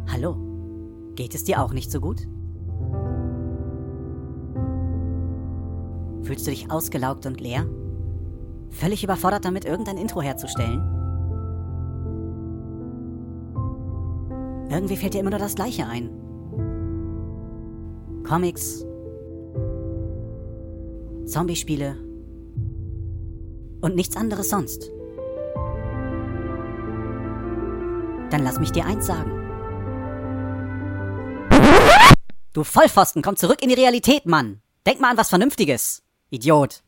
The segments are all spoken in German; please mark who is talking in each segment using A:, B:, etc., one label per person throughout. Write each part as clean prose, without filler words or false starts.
A: Hallo, geht es dir auch nicht so gut? Fühlst du dich ausgelaugt und leer? Völlig überfordert damit, irgendein Intro herzustellen? Irgendwie fällt dir immer nur das Gleiche ein. Comics, Zombie-Spiele und nichts anderes sonst. Dann lass mich dir eins sagen. Du Vollpfosten, komm zurück in die Realität, Mann! Denk mal an was Vernünftiges, Idiot!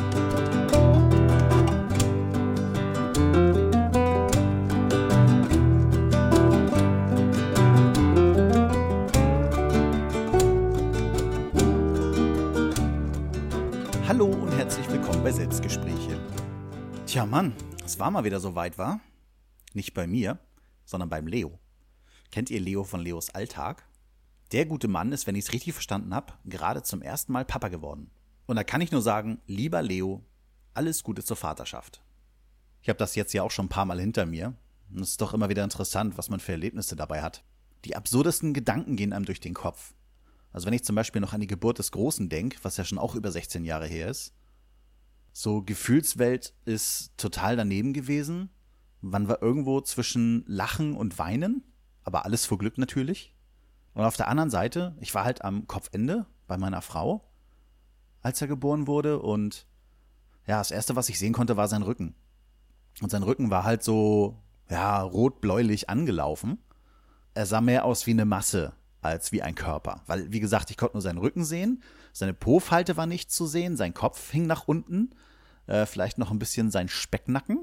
B: Hallo und herzlich willkommen bei Selbstgespräche. Tja, Mann, es war mal wieder soweit, wa? Nicht bei mir, sondern beim Leo. Kennt ihr Leo von Leos Alltag? Der gute Mann ist, wenn ich es richtig verstanden habe, gerade zum ersten Mal Papa geworden. Und da kann ich nur sagen, lieber Leo, alles Gute zur Vaterschaft. Ich habe das jetzt ja auch schon ein paar Mal hinter mir. Und es ist doch immer wieder interessant, was man für Erlebnisse dabei hat. Die absurdesten Gedanken gehen einem durch den Kopf. Also wenn ich zum Beispiel noch an die Geburt des Großen denke, was ja schon auch über 16 Jahre her ist. So Gefühlswelt ist total daneben gewesen. Man war irgendwo zwischen Lachen und Weinen, aber alles vor Glück natürlich. Und auf der anderen Seite, ich war halt am Kopfende bei meiner Frau, als er geboren wurde. Und ja, das Erste, was ich sehen konnte, war sein Rücken. Und sein Rücken war halt so, ja, rot-bläulich angelaufen. Er sah mehr aus wie eine Masse als wie ein Körper. Weil, wie gesagt, ich konnte nur seinen Rücken sehen. Seine Po-Falte war nicht zu sehen. Sein Kopf hing nach unten. Vielleicht noch ein bisschen sein Specknacken.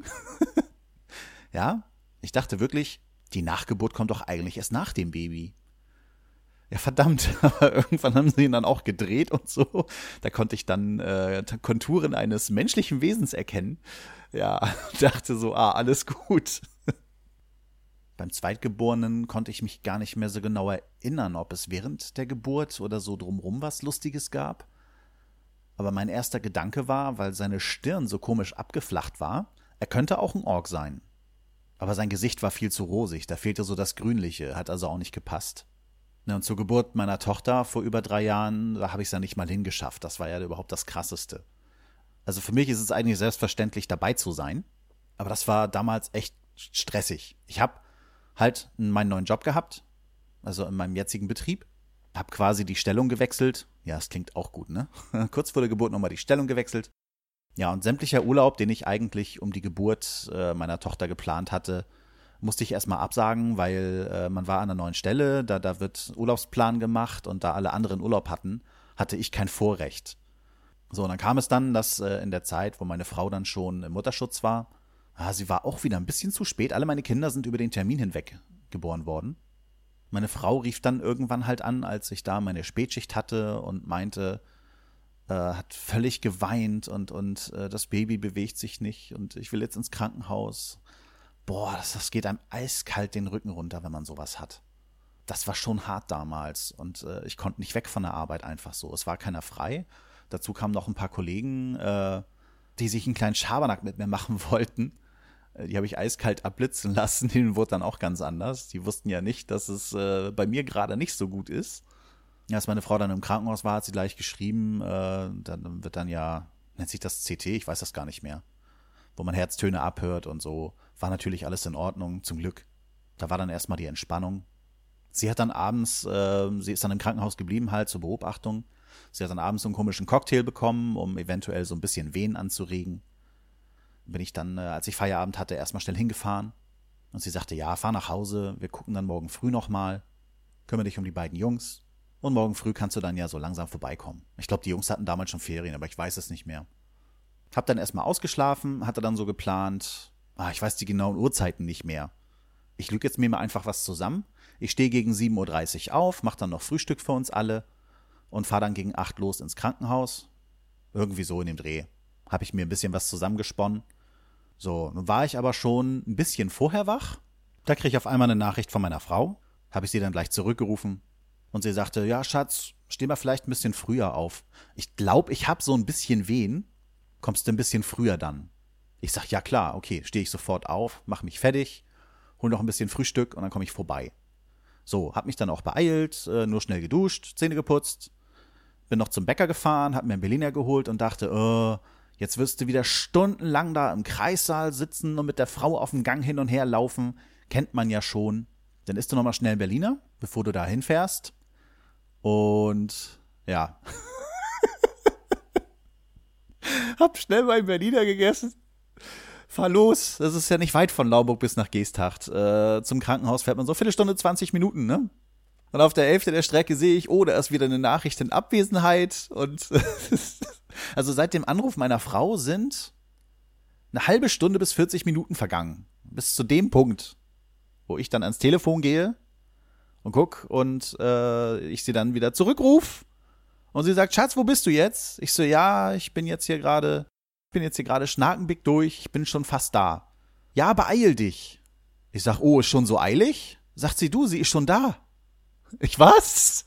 B: Ja, ich dachte wirklich, die Nachgeburt kommt doch eigentlich erst nach dem Baby. Ja, verdammt, aber irgendwann haben sie ihn dann auch gedreht und so. Da konnte ich dann Konturen eines menschlichen Wesens erkennen. Ja, dachte so, alles gut. Beim Zweitgeborenen konnte ich mich gar nicht mehr so genau erinnern, ob es während der Geburt oder so drumrum was Lustiges gab. Aber mein erster Gedanke war, weil seine Stirn so komisch abgeflacht war, er könnte auch ein Ork sein. Aber sein Gesicht war viel zu rosig, da fehlte so das Grünliche, hat also auch nicht gepasst. Und zur Geburt meiner Tochter vor über 3 Jahren, da habe ich es ja nicht mal hingeschafft. Das war ja überhaupt das Krasseste. Also für mich ist es eigentlich selbstverständlich, dabei zu sein. Aber das war damals echt stressig. Ich habe halt meinen neuen Job gehabt, also in meinem jetzigen Betrieb. Habe quasi die Stellung gewechselt. Ja, das klingt auch gut, ne? Kurz vor der Geburt nochmal die Stellung gewechselt. Ja, und sämtlicher Urlaub, den ich eigentlich um die Geburt meiner Tochter geplant hatte, musste ich erstmal absagen, weil man war an einer neuen Stelle, da wird Urlaubsplan gemacht und da alle anderen Urlaub hatten, hatte ich kein Vorrecht. So, und dann kam es dann, dass in der Zeit, wo meine Frau dann schon im Mutterschutz war, sie war auch wieder ein bisschen zu spät. Alle meine Kinder sind über den Termin hinweg geboren worden. Meine Frau rief dann irgendwann halt an, als ich da meine Spätschicht hatte und meinte, hat völlig geweint und das Baby bewegt sich nicht und ich will jetzt ins Krankenhaus. Boah, das geht einem eiskalt den Rücken runter, wenn man sowas hat. Das war schon hart damals und ich konnte nicht weg von der Arbeit einfach so. Es war keiner frei. Dazu kamen noch ein paar Kollegen, die sich einen kleinen Schabernack mit mir machen wollten. Die habe ich eiskalt abblitzen lassen, denen wurde dann auch ganz anders. Die wussten ja nicht, dass es bei mir gerade nicht so gut ist. Als meine Frau dann im Krankenhaus war, hat sie gleich geschrieben, dann wird dann ja, nennt sich das CT, ich weiß das gar nicht mehr, wo man Herztöne abhört und so. War natürlich alles in Ordnung, zum Glück. Da war dann erstmal die Entspannung. Sie hat dann abends, sie ist dann im Krankenhaus geblieben halt zur Beobachtung. Sie hat dann abends so einen komischen Cocktail bekommen, um eventuell so ein bisschen Wehen anzuregen. Bin ich dann, als ich Feierabend hatte, erstmal schnell hingefahren. Und sie sagte, ja, fahr nach Hause, wir gucken dann morgen früh nochmal. Kümmere dich um die beiden Jungs. Und morgen früh kannst du dann ja so langsam vorbeikommen. Ich glaube, die Jungs hatten damals schon Ferien, aber ich weiß es nicht mehr. Hab dann erstmal ausgeschlafen, hatte dann so geplant, ich weiß die genauen Uhrzeiten nicht mehr. Ich lüge jetzt mir mal einfach was zusammen. Ich stehe gegen 7:30 Uhr auf, mache dann noch Frühstück für uns alle und fahre dann gegen 8 los ins Krankenhaus. Irgendwie so in dem Dreh. Habe ich mir ein bisschen was zusammengesponnen. So, nun war ich aber schon ein bisschen vorher wach. Da kriege ich auf einmal eine Nachricht von meiner Frau. Habe ich sie dann gleich zurückgerufen. Und sie sagte, ja Schatz, steh mal vielleicht ein bisschen früher auf. Ich glaube, ich habe so ein bisschen Wehen. Kommst du ein bisschen früher dann? Ich sag, ja klar, okay, stehe ich sofort auf, mach mich fertig, hol noch ein bisschen Frühstück und dann komme ich vorbei. So, hab mich dann auch beeilt, nur schnell geduscht, Zähne geputzt, bin noch zum Bäcker gefahren, hab mir einen Berliner geholt und dachte, jetzt wirst du wieder stundenlang da im Kreissaal sitzen und mit der Frau auf dem Gang hin und her laufen. Kennt man ja schon. Dann isst du nochmal schnell einen Berliner, bevor du da hinfährst. Und ja. Hab schnell meinen Berliner gegessen. Fahr los. Das ist ja nicht weit von Laumburg bis nach Geesthacht. Zum Krankenhaus fährt man so Viertelstunde, 20 Minuten, ne? Und auf der Hälfte der Strecke sehe ich, da ist wieder eine Nachricht in Abwesenheit. Und also seit dem Anruf meiner Frau sind eine halbe Stunde bis 40 Minuten vergangen. Bis zu dem Punkt, wo ich dann ans Telefon gehe und guck und ich sie dann wieder zurückrufe. Und sie sagt, Schatz, wo bist du jetzt? Ich so, ja, ich bin jetzt hier gerade Schnakenbeck durch, ich bin schon fast da. Ja, beeil dich. Ich sag, ist schon so eilig? Sagt sie, sie ist schon da. Ich, was?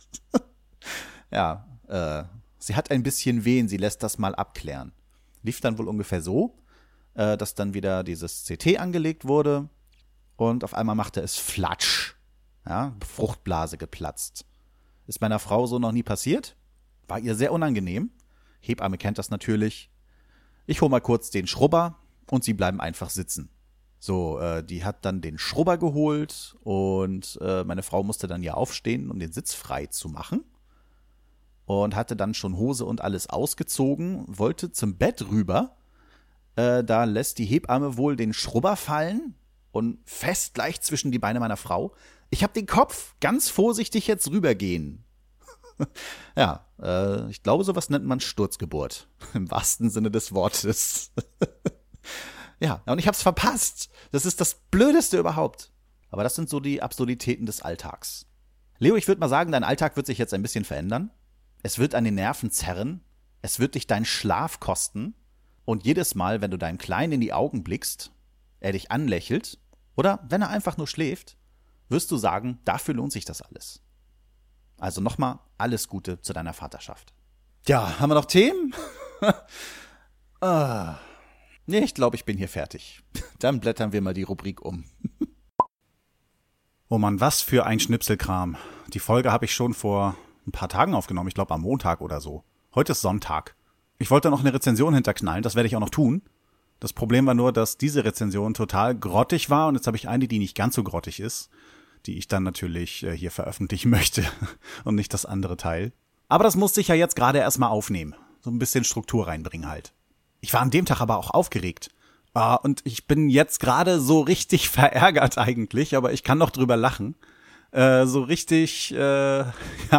B: Ja, sie hat ein bisschen Wehen, sie lässt das mal abklären. Lief dann wohl ungefähr so, dass dann wieder dieses CT angelegt wurde und auf einmal machte es Flatsch. Ja, Fruchtblase geplatzt. Ist meiner Frau so noch nie passiert. War ihr sehr unangenehm. Hebamme kennt das natürlich. Ich hole mal kurz den Schrubber und sie bleiben einfach sitzen. So, die hat dann den Schrubber geholt und meine Frau musste dann ja aufstehen, um den Sitz frei zu machen. Und hatte dann schon Hose und alles ausgezogen, wollte zum Bett rüber. Da lässt die Hebamme wohl den Schrubber fallen und fest gleich zwischen die Beine meiner Frau. Ich habe den Kopf ganz vorsichtig jetzt rübergehen. Ja, ich glaube, sowas nennt man Sturzgeburt. Im wahrsten Sinne des Wortes. Ja, und ich hab's verpasst. Das ist das Blödeste überhaupt. Aber das sind so die Absurditäten des Alltags. Leo, ich würde mal sagen, dein Alltag wird sich jetzt ein bisschen verändern. Es wird an den Nerven zerren. Es wird dich deinen Schlaf kosten. Und jedes Mal, wenn du deinem Kleinen in die Augen blickst, er dich anlächelt, oder wenn er einfach nur schläft, wirst du sagen, dafür lohnt sich das alles. Also nochmal alles Gute zu deiner Vaterschaft. Ja, haben wir noch Themen? Nee, ich glaube, ich bin hier fertig. Dann blättern wir mal die Rubrik um. Oh Mann, was für ein Schnipselkram. Die Folge habe ich schon vor ein paar Tagen aufgenommen. Ich glaube am Montag oder so. Heute ist Sonntag. Ich wollte noch eine Rezension hinterknallen. Das werde ich auch noch tun. Das Problem war nur, dass diese Rezension total grottig war. Und jetzt habe ich eine, die nicht ganz so grottig ist, die ich dann natürlich hier veröffentlichen möchte und nicht das andere Teil. Aber das musste ich ja jetzt gerade erstmal aufnehmen. So ein bisschen Struktur reinbringen halt. Ich war an dem Tag aber auch aufgeregt. Und ich bin jetzt gerade so richtig verärgert eigentlich, aber ich kann noch drüber lachen. So richtig, ja,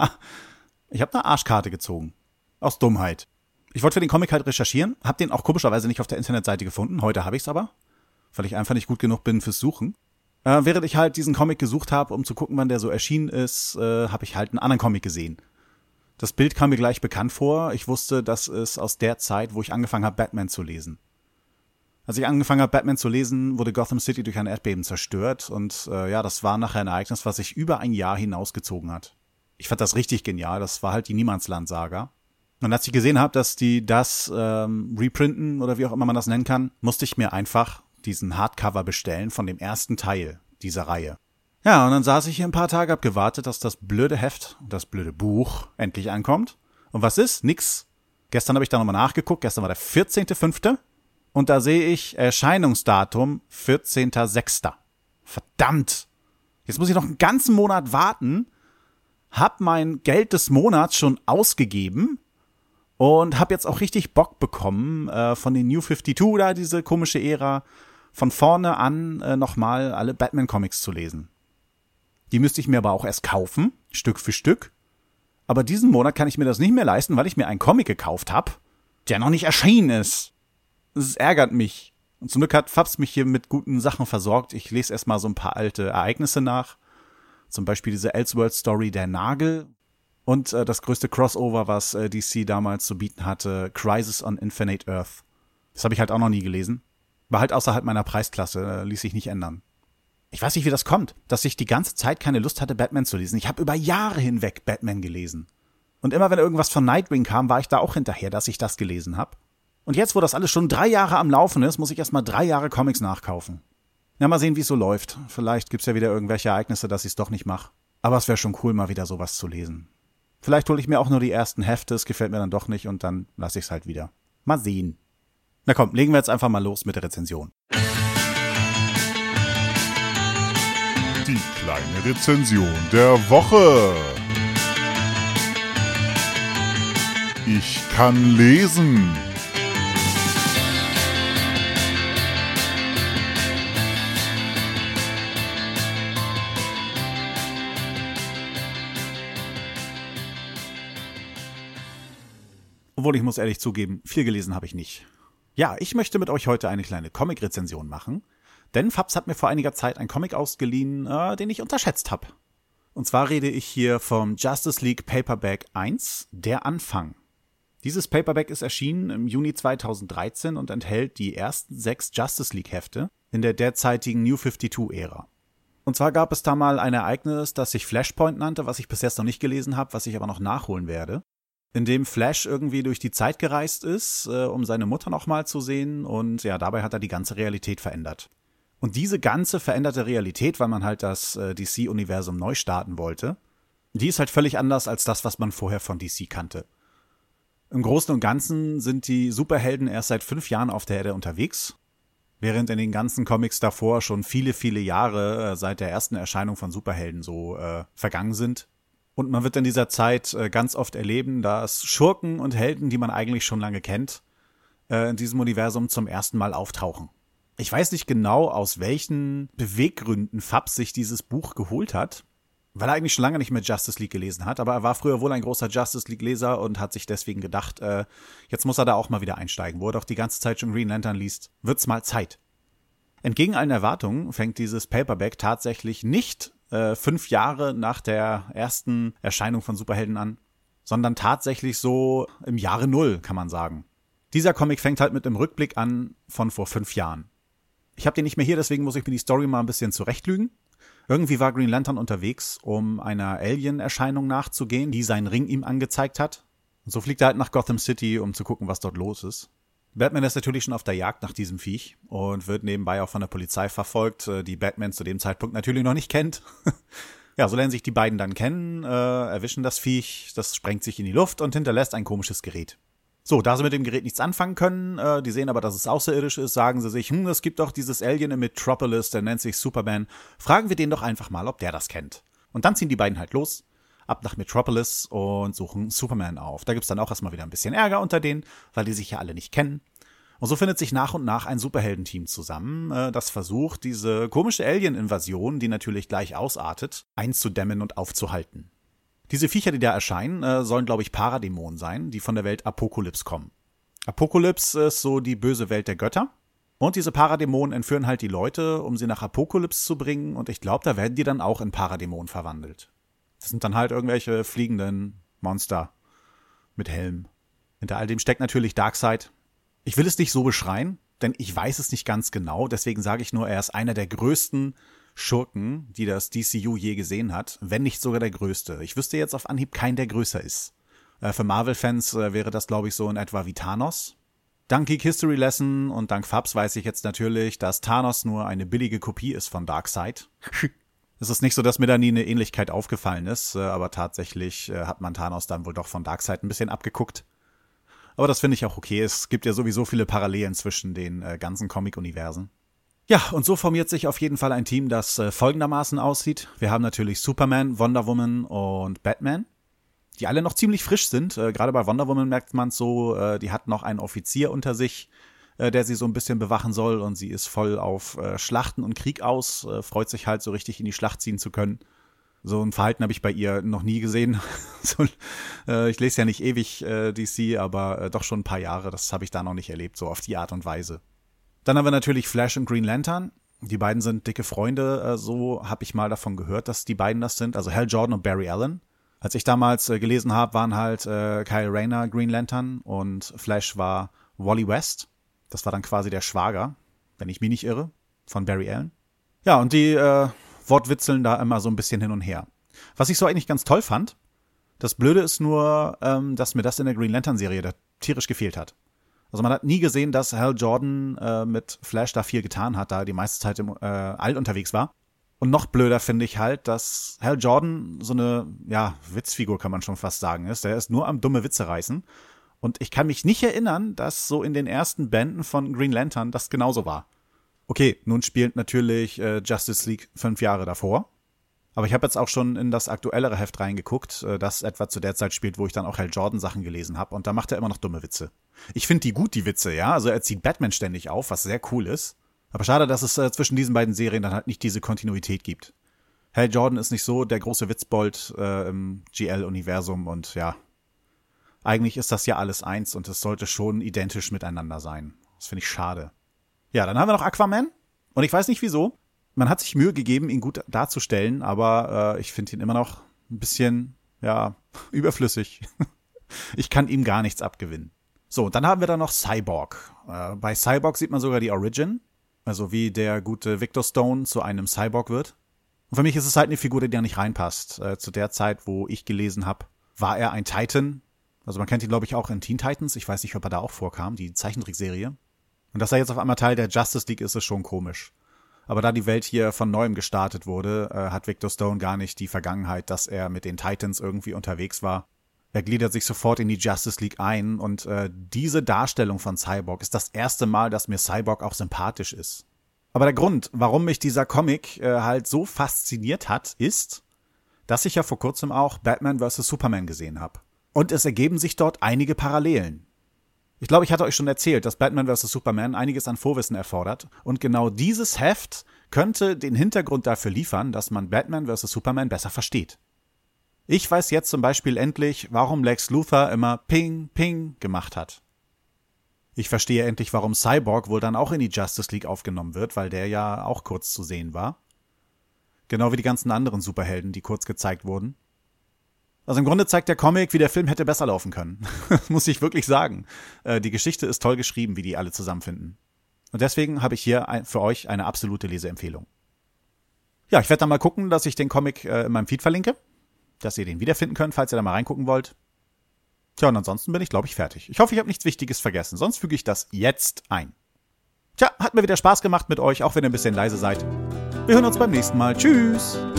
B: ich habe eine Arschkarte gezogen. Aus Dummheit. Ich wollte für den Comic halt recherchieren, habe den auch komischerweise nicht auf der Internetseite gefunden. Heute habe ich es aber, weil ich einfach nicht gut genug bin fürs Suchen. Während ich halt diesen Comic gesucht habe, um zu gucken, wann der so erschienen ist, habe ich halt einen anderen Comic gesehen. Das Bild kam mir gleich bekannt vor. Ich wusste, das ist aus der Zeit, wo ich angefangen habe, Batman zu lesen. Als ich angefangen habe, Batman zu lesen, wurde Gotham City durch ein Erdbeben zerstört. Und ja, das war nachher ein Ereignis, was sich über ein Jahr hinausgezogen hat. Ich fand das richtig genial. Das war halt die Niemandsland-Saga. Und als ich gesehen habe, dass die das reprinten oder wie auch immer man das nennen kann, musste ich mir einfach diesen Hardcover bestellen von dem ersten Teil dieser Reihe. Ja, und dann saß ich hier ein paar Tage, hab gewartet, dass das blöde Heft, das blöde Buch endlich ankommt. Und was ist? Nix. Gestern habe ich da nochmal nachgeguckt. Gestern war der 14.05. Und da sehe ich Erscheinungsdatum 14.06. Verdammt. Jetzt muss ich noch einen ganzen Monat warten. Hab mein Geld des Monats schon ausgegeben. Und hab jetzt auch richtig Bock bekommen, von den New 52 da, diese komische Ära, von vorne an nochmal alle Batman-Comics zu lesen. Die müsste ich mir aber auch erst kaufen, Stück für Stück. Aber diesen Monat kann ich mir das nicht mehr leisten, weil ich mir einen Comic gekauft habe, der noch nicht erschienen ist. Das ärgert mich. Und zum Glück hat Fabs mich hier mit guten Sachen versorgt. Ich lese erstmal so ein paar alte Ereignisse nach. Zum Beispiel diese Elseworld-Story Der Nagel. Und das größte Crossover, was DC damals zu bieten hatte, Crisis on Infinite Earth. Das habe ich halt auch noch nie gelesen. War halt außerhalb meiner Preisklasse, ließ sich nicht ändern. Ich weiß nicht, wie das kommt, dass ich die ganze Zeit keine Lust hatte, Batman zu lesen. Ich habe über Jahre hinweg Batman gelesen. Und immer wenn irgendwas von Nightwing kam, war ich da auch hinterher, dass ich das gelesen habe. Und jetzt, wo das alles schon 3 Jahre am Laufen ist, muss ich erstmal 3 Jahre Comics nachkaufen. Ja, mal sehen, wie es so läuft. Vielleicht gibt's ja wieder irgendwelche Ereignisse, dass ich es doch nicht mache. Aber es wäre schon cool, mal wieder sowas zu lesen. Vielleicht hole ich mir auch nur die ersten Hefte, es gefällt mir dann doch nicht und dann lasse ich es halt wieder. Mal sehen. Na komm, legen wir jetzt einfach mal los mit der Rezension.
C: Die kleine Rezension der Woche. Ich kann lesen.
B: Obwohl, ich muss ehrlich zugeben, viel gelesen habe ich nicht. Ja, ich möchte mit euch heute eine kleine Comic-Rezension machen, denn Fabs hat mir vor einiger Zeit einen Comic ausgeliehen, den ich unterschätzt habe. Und zwar rede ich hier vom Justice League Paperback 1, Der Anfang. Dieses Paperback ist erschienen im Juni 2013 und enthält die ersten 6 Justice League-Hefte in der derzeitigen New 52-Ära. Und zwar gab es da mal ein Ereignis, das sich Flashpoint nannte, was ich bis jetzt noch nicht gelesen habe, was ich aber noch nachholen werde, in dem Flash irgendwie durch die Zeit gereist ist, um seine Mutter nochmal zu sehen und ja, dabei hat er die ganze Realität verändert. Und diese ganze veränderte Realität, weil man halt das DC-Universum neu starten wollte, die ist halt völlig anders als das, was man vorher von DC kannte. Im Großen und Ganzen sind die Superhelden erst seit 5 Jahren auf der Erde unterwegs, während in den ganzen Comics davor schon viele, viele Jahre seit der ersten Erscheinung von Superhelden so vergangen sind. Und man wird in dieser Zeit ganz oft erleben, dass Schurken und Helden, die man eigentlich schon lange kennt, in diesem Universum zum ersten Mal auftauchen. Ich weiß nicht genau, aus welchen Beweggründen Fabs sich dieses Buch geholt hat, weil er eigentlich schon lange nicht mehr Justice League gelesen hat, aber er war früher wohl ein großer Justice League-Leser und hat sich deswegen gedacht, jetzt muss er da auch mal wieder einsteigen. Wo er doch die ganze Zeit schon Green Lantern liest, wird's mal Zeit. Entgegen allen Erwartungen fängt dieses Paperback tatsächlich nicht 5 Jahre nach der ersten Erscheinung von Superhelden an, sondern tatsächlich so im Jahre 0, kann man sagen. Dieser Comic fängt halt mit einem Rückblick an von vor 5 Jahren. Ich habe den nicht mehr hier, deswegen muss ich mir die Story mal ein bisschen zurechtlügen. Irgendwie war Green Lantern unterwegs, um einer Alien-Erscheinung nachzugehen, die seinen Ring ihm angezeigt hat. Und so fliegt er halt nach Gotham City, um zu gucken, was dort los ist. Batman ist natürlich schon auf der Jagd nach diesem Viech und wird nebenbei auch von der Polizei verfolgt, die Batman zu dem Zeitpunkt natürlich noch nicht kennt. Ja, so lernen sich die beiden dann kennen, erwischen das Viech, das sprengt sich in die Luft und hinterlässt ein komisches Gerät. So, da sie mit dem Gerät nichts anfangen können, die sehen aber, dass es außerirdisch ist, sagen sie sich, es gibt doch dieses Alien in Metropolis, der nennt sich Superman, fragen wir den doch einfach mal, ob der das kennt. Und dann ziehen die beiden halt los, ab nach Metropolis und suchen Superman auf. Da gibt's dann auch erstmal wieder ein bisschen Ärger unter denen, weil die sich ja alle nicht kennen. Und so findet sich nach und nach ein Superheldenteam zusammen, das versucht, diese komische Alien-Invasion, die natürlich gleich ausartet, einzudämmen und aufzuhalten. Diese Viecher, die da erscheinen, sollen, glaube ich, Paradämonen sein, die von der Welt Apocalypse kommen. Apocalypse ist so die böse Welt der Götter. Und diese Paradämonen entführen halt die Leute, um sie nach Apocalypse zu bringen. Und ich glaube, da werden die dann auch in Paradämonen verwandelt. Das sind dann halt irgendwelche fliegenden Monster mit Helm. Hinter all dem steckt natürlich Darkseid. Ich will es nicht so beschreien, denn ich weiß es nicht ganz genau. Deswegen sage ich nur, er ist einer der größten Schurken, die das DCU je gesehen hat, wenn nicht sogar der größte. Ich wüsste jetzt auf Anhieb keinen, der größer ist. Für Marvel-Fans wäre das, glaube ich, so in etwa wie Thanos. Dank Geek History Lesson und dank Fabs weiß ich jetzt natürlich, dass Thanos nur eine billige Kopie ist von Darkseid. Es ist nicht so, dass mir da nie eine Ähnlichkeit aufgefallen ist, aber tatsächlich hat man Thanos dann wohl doch von Darkseid ein bisschen abgeguckt. Aber das finde ich auch okay. Es gibt ja sowieso viele Parallelen zwischen den ganzen Comic-Universen. Ja, und so formiert sich auf jeden Fall ein Team, das folgendermaßen aussieht. Wir haben natürlich Superman, Wonder Woman und Batman, die alle noch ziemlich frisch sind. Gerade bei Wonder Woman merkt man es so, die hat noch einen Offizier unter sich, der sie so ein bisschen bewachen soll. Und sie ist voll auf Schlachten und Krieg aus, freut sich halt so richtig in die Schlacht ziehen zu können. So ein Verhalten habe ich bei ihr noch nie gesehen. Ich lese ja nicht ewig DC, aber doch schon ein paar Jahre. Das habe ich da noch nicht erlebt, so auf die Art und Weise. Dann haben wir natürlich Flash und Green Lantern. Die beiden sind dicke Freunde, so habe ich mal davon gehört, dass die beiden das sind. Also Hal Jordan und Barry Allen. Als ich damals gelesen habe, waren halt Kyle Rayner Green Lantern und Flash war Wally West. Das war dann quasi der Schwager, wenn ich mich nicht irre, von Barry Allen. Ja, und die wortwitzeln da immer so ein bisschen hin und her. Was ich so eigentlich ganz toll fand, das Blöde ist nur, dass mir das in der Green Lantern-Serie da tierisch gefehlt hat. Also man hat nie gesehen, dass Hal Jordan mit Flash da viel getan hat, da er die meiste Zeit im All unterwegs war. Und noch blöder finde ich halt, dass Hal Jordan so eine, Witzfigur kann man schon fast sagen ist. Der ist nur am dumme Witze reißen. Und ich kann mich nicht erinnern, dass so in den ersten Bänden von Green Lantern das genauso war. Okay, nun spielt natürlich Justice League 5 Jahre davor. Aber ich habe jetzt auch schon in das aktuellere Heft reingeguckt, das etwa zu der Zeit spielt, wo ich dann auch Hal Jordan Sachen gelesen habe. Und da macht er immer noch dumme Witze. Ich finde die gut, die Witze, ja. Also er zieht Batman ständig auf, was sehr cool ist. Aber schade, dass es zwischen diesen beiden Serien dann halt nicht diese Kontinuität gibt. Hal Jordan ist nicht so der große Witzbold im GL-Universum und ja, eigentlich ist das ja alles eins und es sollte schon identisch miteinander sein. Das finde ich schade. Ja, dann haben wir noch Aquaman und ich weiß nicht wieso. Man hat sich Mühe gegeben, ihn gut darzustellen, aber ich finde ihn immer noch ein bisschen, überflüssig. Ich kann ihm gar nichts abgewinnen. So, dann haben wir da noch Cyborg. Bei Cyborg sieht man sogar die Origin. Also wie der gute Victor Stone zu einem Cyborg wird. Und für mich ist es halt eine Figur, die da nicht reinpasst. Zu der Zeit, wo ich gelesen habe, war er ein Titan. Also man kennt ihn, glaube ich, auch in Teen Titans. Ich weiß nicht, ob er da auch vorkam, die Zeichentrickserie. Und dass er jetzt auf einmal Teil der Justice League ist schon komisch. Aber da die Welt hier von neuem gestartet wurde, hat Victor Stone gar nicht die Vergangenheit, dass er mit den Titans irgendwie unterwegs war. Er gliedert sich sofort in die Justice League ein und diese Darstellung von Cyborg ist das erste Mal, dass mir Cyborg auch sympathisch ist. Aber der Grund, warum mich dieser Comic halt so fasziniert hat, ist, dass ich ja vor kurzem auch Batman vs. Superman gesehen habe. Und es ergeben sich dort einige Parallelen. Ich glaube, ich hatte euch schon erzählt, dass Batman vs. Superman einiges an Vorwissen erfordert. Und genau dieses Heft könnte den Hintergrund dafür liefern, dass man Batman vs. Superman besser versteht. Ich weiß jetzt zum Beispiel endlich, warum Lex Luthor immer Ping, Ping gemacht hat. Ich verstehe endlich, warum Cyborg wohl dann auch in die Justice League aufgenommen wird, weil der ja auch kurz zu sehen war. Genau wie die ganzen anderen Superhelden, die kurz gezeigt wurden. Also im Grunde zeigt der Comic, wie der Film hätte besser laufen können. Muss ich wirklich sagen. Die Geschichte ist toll geschrieben, wie die alle zusammenfinden. Und deswegen habe ich hier für euch eine absolute Leseempfehlung. Ja, ich werde dann mal gucken, dass ich den Comic in meinem Feed verlinke. Dass ihr den wiederfinden könnt, falls ihr da mal reingucken wollt. Tja, und ansonsten bin ich, glaube ich, fertig. Ich hoffe, ich habe nichts Wichtiges vergessen, sonst füge ich das jetzt ein. Tja, hat mir wieder Spaß gemacht mit euch, auch wenn ihr ein bisschen leise seid. Wir hören uns beim nächsten Mal. Tschüss!